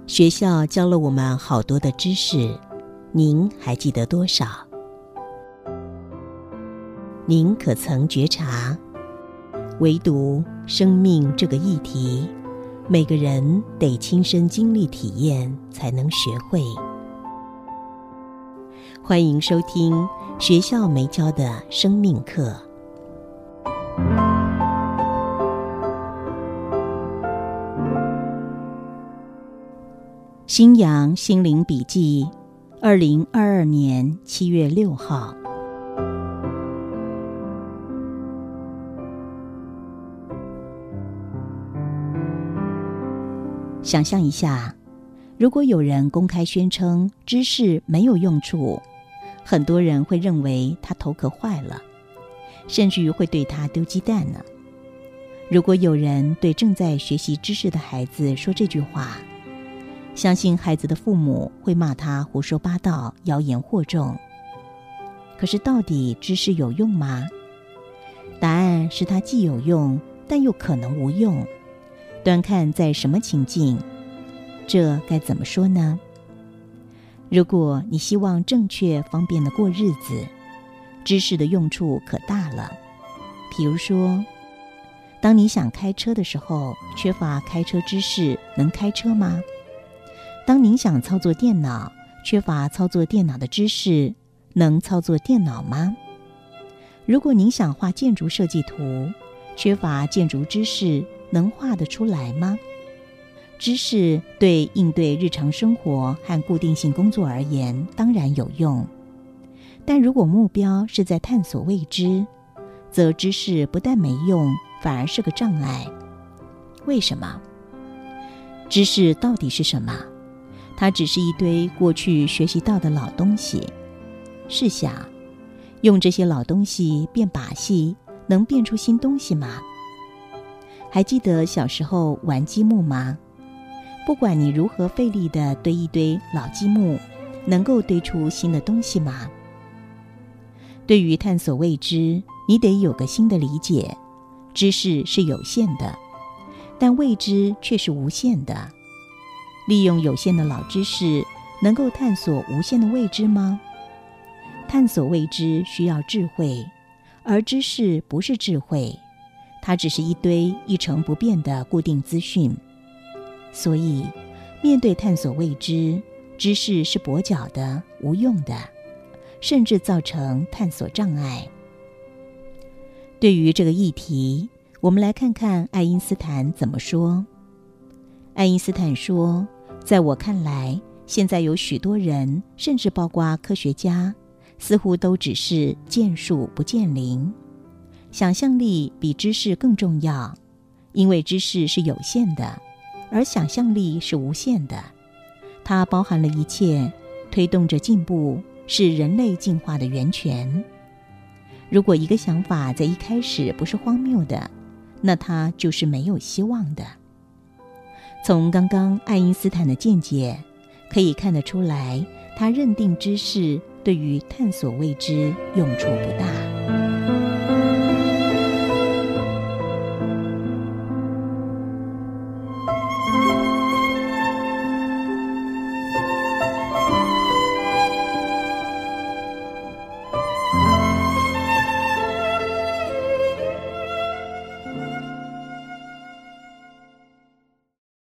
学校教了我们好多的知识，您还记得多少？您可曾觉察，唯独生命这个议题，每个人得亲身经历体验才能学会。欢迎收听学校没教的生命课。新阳心灵笔记，2022年7月6号。想象一下，如果有人公开宣称知识没有用处，很多人会认为他头壳坏了，甚至于会对他丢鸡蛋呢。如果有人对正在学习知识的孩子说这句话，相信孩子的父母会骂他胡说八道、妖言惑众。可是到底知识有用吗？答案是它既有用，但又可能无用，端看在什么情境。这该怎么说呢？如果你希望正确方便地过日子，知识的用处可大了。比如说，当你想开车的时候，缺乏开车知识，能开车吗？当您想操作电脑，缺乏操作电脑的知识，能操作电脑吗？如果您想画建筑设计图，缺乏建筑知识，能画得出来吗？知识对应对日常生活和固定性工作而言，当然有用。但如果目标是在探索未知，则知识不但没用，反而是个障碍。为什么？知识到底是什么？它只是一堆过去学习到的老东西。试想，用这些老东西变把戏，能变出新东西吗？还记得小时候玩积木吗？不管你如何费力地堆一堆老积木，能够堆出新的东西吗？对于探索未知，你得有个新的理解。知识是有限的，但未知却是无限的。利用有限的老知识，能够探索无限的未知吗？探索未知需要智慧，而知识不是智慧，它只是一堆一成不变的固定资讯。所以，面对探索未知，知识是跛脚的、无用的，甚至造成探索障碍。对于这个议题，我们来看看爱因斯坦怎么说。爱因斯坦说，在我看来，现在有许多人，甚至包括科学家，似乎都只是见树不见林。想象力比知识更重要，因为知识是有限的，而想象力是无限的。它包含了一切，推动着进步，是人类进化的源泉。如果一个想法在一开始不是荒谬的，那它就是没有希望的。从刚刚爱因斯坦的见解可以看得出来，他认定知识对于探索未知用处不大。